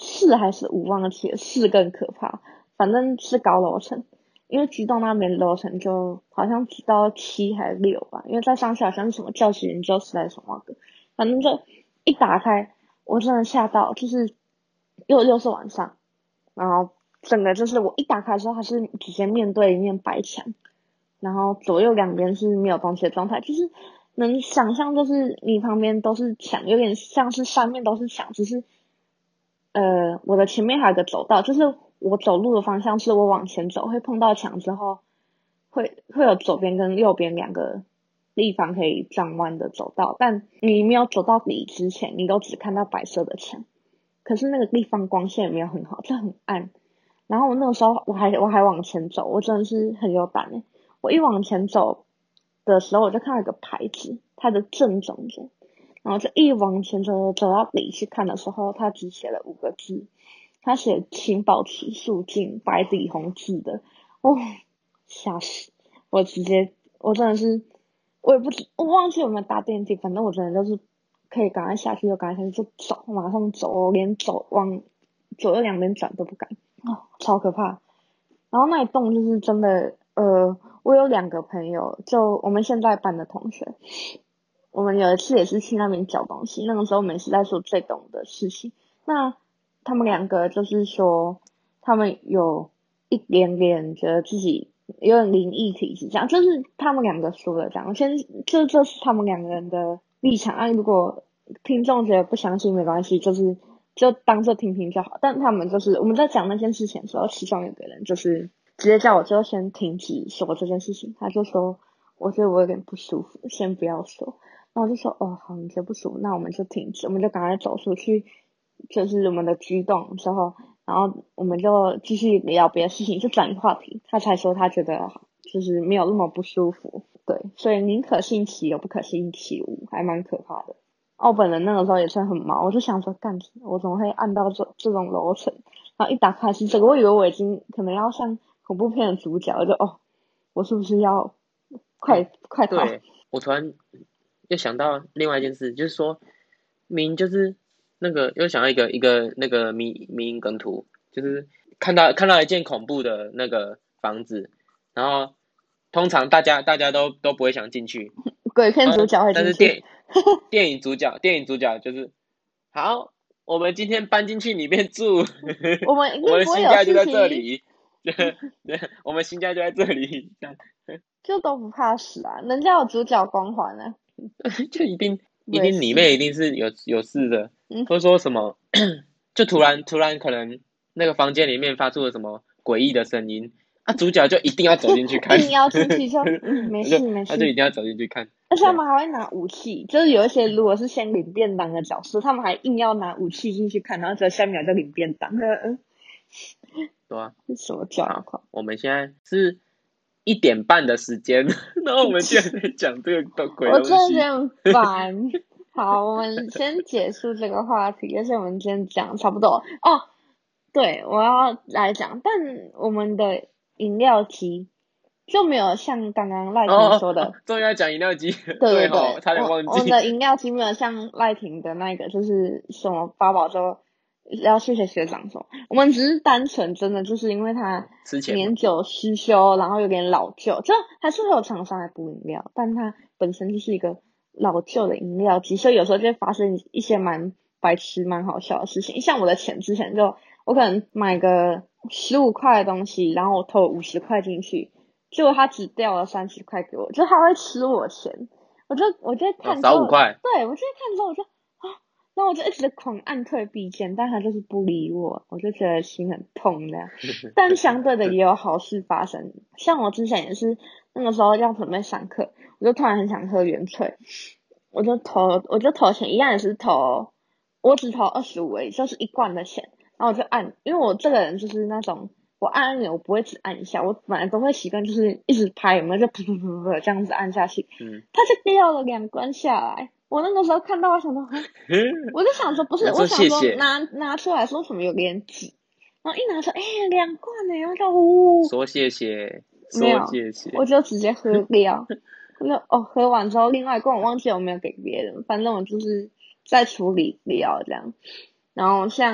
4还是5忘记了，4更可怕，反正是高楼层。因为基栋那边楼层就好像只到7还是6吧，因为在上去好像是什么教习研究室还是什么的，反正就一打开，我真的吓到，就是又是晚上，然后整个就是我一打开的时候，它是直接面对一面白墙，然后左右两边是没有东西的状态，就是能想象就是你旁边都是墙，有点像是三面都是墙，只是我的前面还有个走道，就是我走路的方向是我往前走会碰到墙之后，会有左边跟右边2个地方可以转弯的走道，但你没有走到底之前，你都只看到白色的墙。可是那个地方光线也没有很好，就很暗。然后我那个时候我还往前走，我真的是很有胆诶。我一往前走的时候，我就看到一个牌子，它的正中间，然后就一往前走到底去看的时候，它只写了5个字，它写请保持肃静，白底红字的，哦，吓死！我真的是，我忘记有没有搭电梯，反正我真的就是可以赶快下去就赶快下去就走，马上走，我连走往左右两边转都不敢，哦，超可怕。然后那一栋就是真的，我有2个朋友，就我们现在班的同学，我们有一次也是去那边缴东西，那个时候我们是在说这栋的事情。那他们2个就是说，他们有一点点觉得自己有点灵异体质，这样就是他们2个说的这样。这是他们2个人的立场啊。如果听众觉得不相信没关系，就当做听听就好。但他们就是我们在讲那件事情的时候，其中有个人就是直接叫我就先停止说这件事情，他就说我觉得我有点不舒服，先不要说。然后我就说哦好，你觉得不舒服，那我们就停止，我们就赶快走出去，就是我们的居栋之后，然后我们就继续聊别的事情，就转移话题。他才说他觉得就是没有那么不舒服，对，所以宁可信其有，不可信其无，还蛮可怕的。我本人那个时候也是很毛，我就想说，干，我怎么会按到这种楼层？然后一打开是这个，我以为我已经可能要像恐怖片的主角，我是不是要快逃？ 对，我突然又想到另外一件事，就是说，就是那个又想到一个那个迷因梗图，就是看到一件恐怖的那个房子，然后通常大家都不会想进去， 鬼片主角会但是进去， 电影主角就是好，我们今天搬进去里面住， 我们一我们的定不会有新家就在这事情， 里，对，我们新家就在这里，这样就都不怕死啊，人家有主角光环啊， 就一定里我也是， 面一定是有事的， 嗯， 或者说什么，就突然可能那个房间里面发出了什么诡异的声音，啊，主角就一定要走进去看， 硬要进去就没事没他就事， 一定要走进去看， 而且他对啊， 们还会拿武器，就是有一些如果是先领便当的角色，他们还硬要拿武器进去看，然后只有下一秒就领便当， 对啊， 是什么状好， 况？ 我们现在是1点半的时间，然后我们居然在讲这个鬼我东西， 真的觉得很烦。好，我们先结束这个话题，而且我们今天讲差不多哦。对，我要来讲，但我们的饮料机就没有像刚刚赖哦哦哦， 婷说的， 终于要讲饮料机， 对对对吼， 对， 差点忘记， 我们的饮料机没有像赖婷的那个，就是什么八宝粥，要谢谢学长说，我们只是单纯真的就是因为它吃钱嘛， 年久失修，然后有点老旧，就还是会有厂商来补饮料，但它本身就是一个老旧的饮料机，所以有时候就会发生一些蛮白痴、蛮好笑的事情。像我的钱之前就，我可能买个15块的东西，然后我投50块进去。结果他只掉了30块给我，就他会吃我钱，我就哦， 看之后， 少5块， 对我就看之后然后我就一直狂按退币键，但他就是不理我，我就觉得心很痛这样。但相对的也有好事发生，像我之前也是那个时候要准备上课，我就突然很想喝原萃，我就投钱，一样也是我只投25而已，就是1罐的钱，然后我就按，因为我这个人就是那种。我按按钮我不会只按一下，我本来都会习惯就是一直拍，有没有就噗噗噗噗这样子按下去， 嗯， 它就掉了2罐下来。我那个时候看到，我想说，我就想说不是， 你要说我想说谢谢， 拿出来说什么有点挤，然后一拿出来，2罐呢，我就呜， 说谢谢，说没有， 谢谢， 我就直接喝掉。喝完之后，另外一罐我忘记有没有给别人，反正我就是在处理掉这样。然后像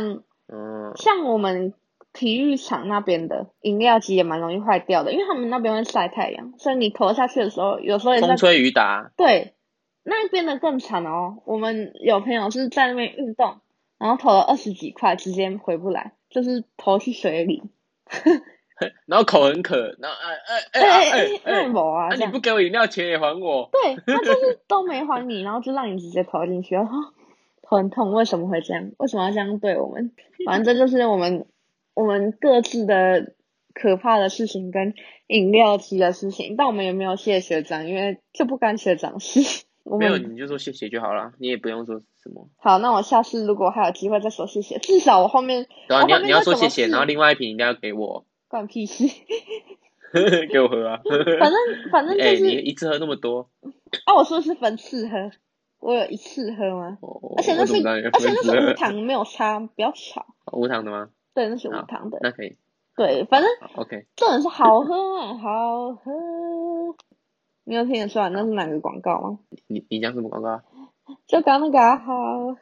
像我们体育场那边的饮料机也蛮容易坏掉的，因为他们那边会晒太阳，所以你投下去的时候，有时候也在风吹雨打。 对，那边的更惨哦。我们有朋友是在那边运动，然后投了20几块，直接回不来，就是投去水里。 然后口很渴，然后那没啊，这样你不给我饮料钱也还我。 对他就是都没还你，然后就让你直接投进去，然后头很痛，为什么会这样？为什么要这样对我们？反正这就是我们各自的可怕的事情跟饮料机的事情，但我们也没有谢学长，因为这不干学长事。我没有， 们你就说谢谢就好了，你也不用说什么。 好，那我下次如果还有机会再说谢谢，至少我后面对啊，你要我后面再说谢谢，然后怎么试， 另外一瓶饮料给我， 关屁事。 给我喝啊。 反正就你是一次喝那么多。 我说的是分次喝，我有一次喝吗？而且那是我怎么知道你而且那是无分次喝？ 糖，没有差，不要吵。 无糖的吗？ 对，那是无好， 糖的。 那可以。 对，反正好 OK。 重点是好喝啊，好喝。你有听得出来那是哪个广告吗？ 你讲什么广告？ 就刚那个好喝，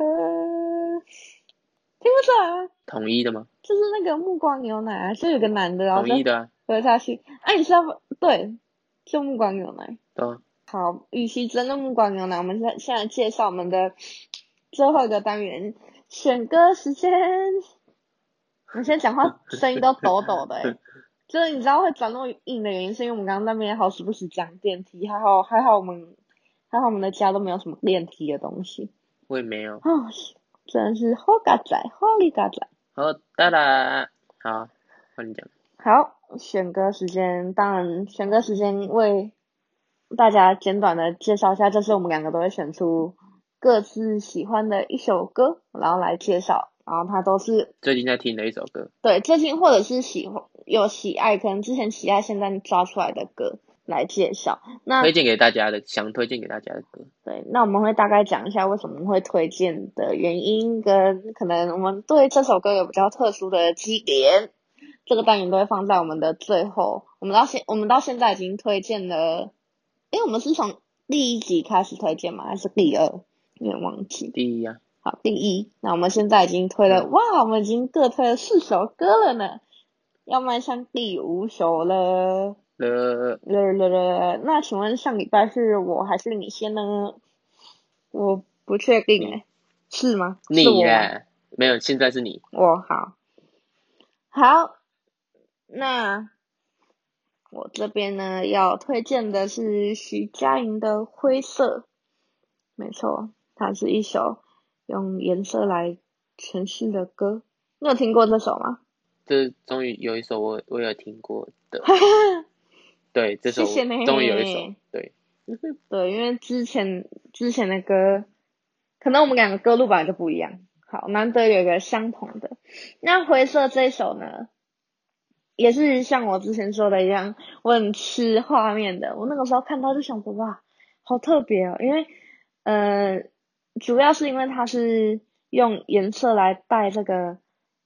听不出来吗？ 统一的吗？ 就是那个木瓜牛奶啊，就有个男的，然后就统一的啊。 喝下去。你知道吗？对，就木瓜牛奶。 对啊。 好，与其真的木瓜牛奶，我们现在介绍我们的最后一个单元，选歌时间。我现在讲话声音都抖抖的就是你知道会转那么硬的原因，是因为我们刚刚那边好时不时讲电梯，还好我们的家都没有什么电梯的东西。 我也没有。 真的是好嘎仔，好里嘎仔。 好，哒啦，好，换你讲。 好，选歌时间，当然选歌时间为大家简短的介绍一下，这是我们两个都会选出各自喜欢的一首歌，然后来介绍，然后它都是最近在听的一首歌。 对最近或者是有喜爱，可能之前喜爱现在抓出来的歌来介绍。那推荐给大家的，想推荐给大家的歌。 对，那我们会大概讲一下为什么会推荐的原因，跟可能我们对这首歌有比较特殊的基点。这个单元都会放在我们的最后。我们到现在已经推荐了，我们是从第一集开始推荐吗？还是第二？有点忘记。 第一啊。 好，第一。那我们现在已经推了，哇，我们已经各推了4首歌了呢，要迈向第5首了。那请问上礼拜是我还是你先呢？我不确定是吗？是我吗？ 没有，现在是你。 我好，那我这边呢要推荐的是徐佳莹的《灰色》，没错，它是一首用颜色来诠释的歌。你有听过这首吗？ 这终于有一首我有听过的。对，这首谢谢呢。 终于有一首。对。 对，因为之前的歌，可能我们两个歌路本来就不一样，好，难得有一个相同的。那灰色这一首呢，也是像我之前说的一样，我很吃画面的。我那个时候看到就想说，哇，好特别哦，因为主要是因为它是用颜色来带这个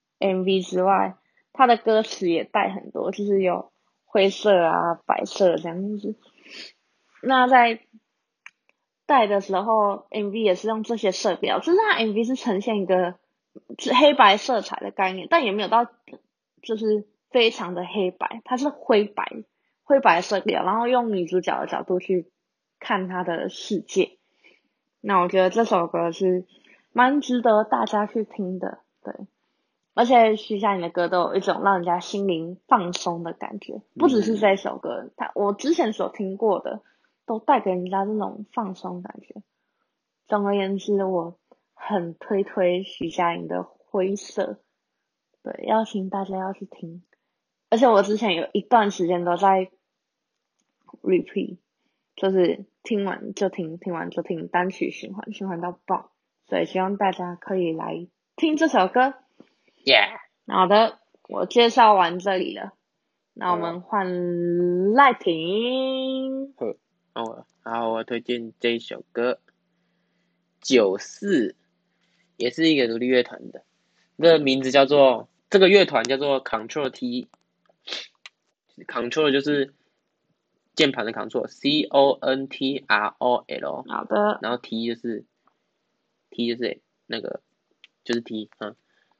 MV 之外，它的歌词也带很多，就是有灰色啊、白色这样子。那在带的时候，MV 也是用这些色调，就是它 MV 是呈现一个黑白色彩的概念，但也没有到就是非常的黑白，它是灰白色调，然后用女主角的角度去看她的世界。那我觉得这首歌是蛮值得大家去听的，对。而且徐佳莹的歌都有一种让人家心灵放松的感觉，不只是这首歌，我之前所听过的都带给人家这种放松感觉。总而言之，我很推徐佳莹的《灰色》，对，邀请大家要去听。而且我之前有一段时间都在 repeat，就是听完就听，听完就听，单曲循环到爆。所以希望大家可以来听这首歌。好的，我介绍完这里了，那我们换赖婷。 我推荐这一首歌，94，也是一个独立乐团的，这个名字这个乐团叫做 Control T。Control 就是键盘的 Control，CONTROL。 好的。 然后 T 就是那个就是 T。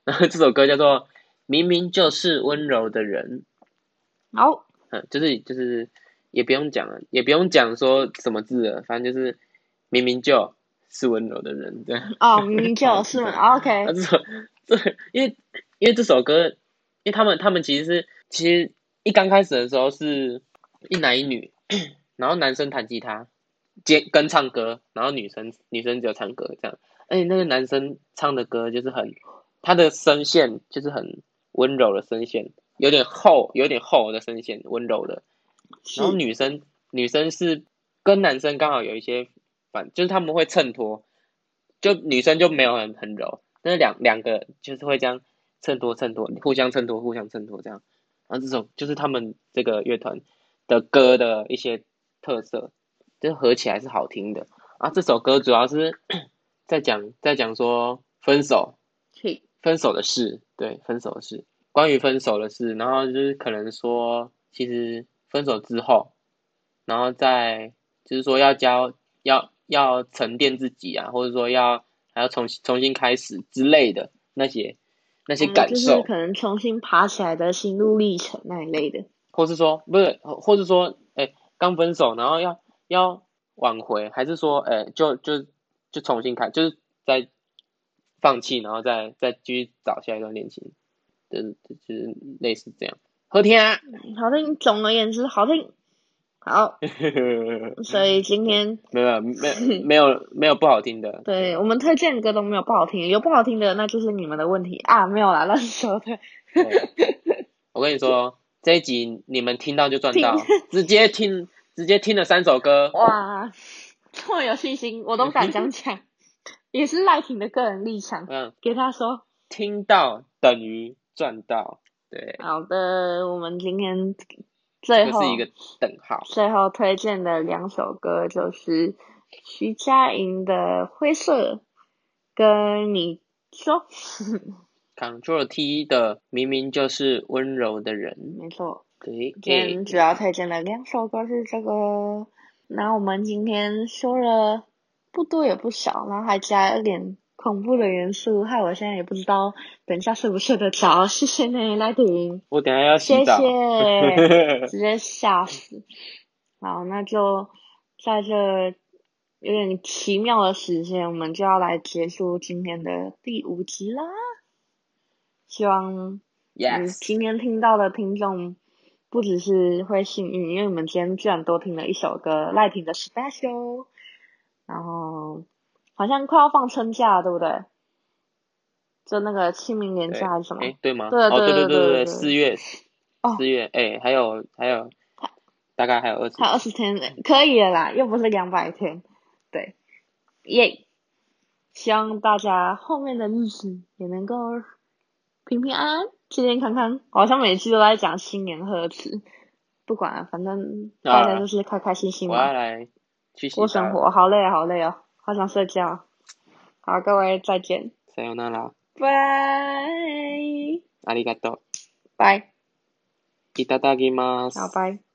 然后这首歌叫做明明就是温柔的人， 好， 就是也不用讲了，也不用讲说什么字了，反正就是明明就是温柔的人这样。 哦，明明就好， 有是吗是这样。 ？OK， 这因为这首歌，因为他们其实一刚开始的时候是一男一女，然后男生弹吉他，跟唱歌，然后女生只有唱歌这样。而且那个男生唱的歌就是他的声线就是很温柔的声线，有点厚的声线，温柔的。然后是， 女生是跟男生刚好有一些就是他们会衬托，就女生就没有很柔，但是两个就是会这样衬托，互相衬托这样。然后这首就是他们这个乐团的歌的一些特色，就是合起来是好听的。啊，这首歌主要是在讲说是， 分手的事，对，分手的事，关于分手的事，然后就是可能说，其实分手之后，然后再就是说要沉淀自己啊，或者说还要重新开始之类的那些感就是受， 可能重新爬起来的心路历程那一类的。 或是说不是，或是说，哎，刚分手，然后要挽回，还是说，哎，就重新开，就是再放弃，然后再继续找下一段恋情，就是类似这样。好听啊！ 好听，总而言之好听。好，所以今天没有不好听的， 对我们推荐的歌都没有不好听，有不好听的那就是你们的问题啊，没有啦，乱说的。 对，我跟你说，这一集你们听到就赚听， 到，直接听了3首歌， 哇，这么有信心，我都敢这样讲，也是赖婷的个人立场， 嗯， 给他说。 听到等于赚到，对， 好的，我们今天最后这是一个等号。 最后推荐的2首歌就是徐佳莹的《灰色》跟你说， Control T 的明明就是温柔的人， 没错。 对， 今天主要推荐的2首歌是这个，那我们今天说了不多也不少，然后还加了点恐怖的元素，害我现在也不知道等一下睡不睡得着。谢谢你来听， 我等一下要洗谢澡。 谢，直接吓死。好，那就在这有点奇妙的时间，我们就要来结束今天的第5集啦。希望 Yes， 今天听到的听众不只是会幸运，因为你们今天居然多听了一首歌，赖婷的 Special， 然后好像快要放春假了，对不对？就那个清明连假对， 还是什么？ 对吗？ 对哦，对对对对对对， 对对。 四月， 哦， 哎，还有，大概还有20 还有天。 20天，可以了啦，又不是200天。对，耶！希望大家后面的日子也能够平平安安、健健康康。好像每次都在讲新年贺词，不管了，反正大家就啊， 是开开心心我要嘛， 来去洗澡了， 过生活。好累啊，好累哦，好想睡觉。好，各位再见， さよなら， 拜ありがとう， 拜， いただきます。 好拜。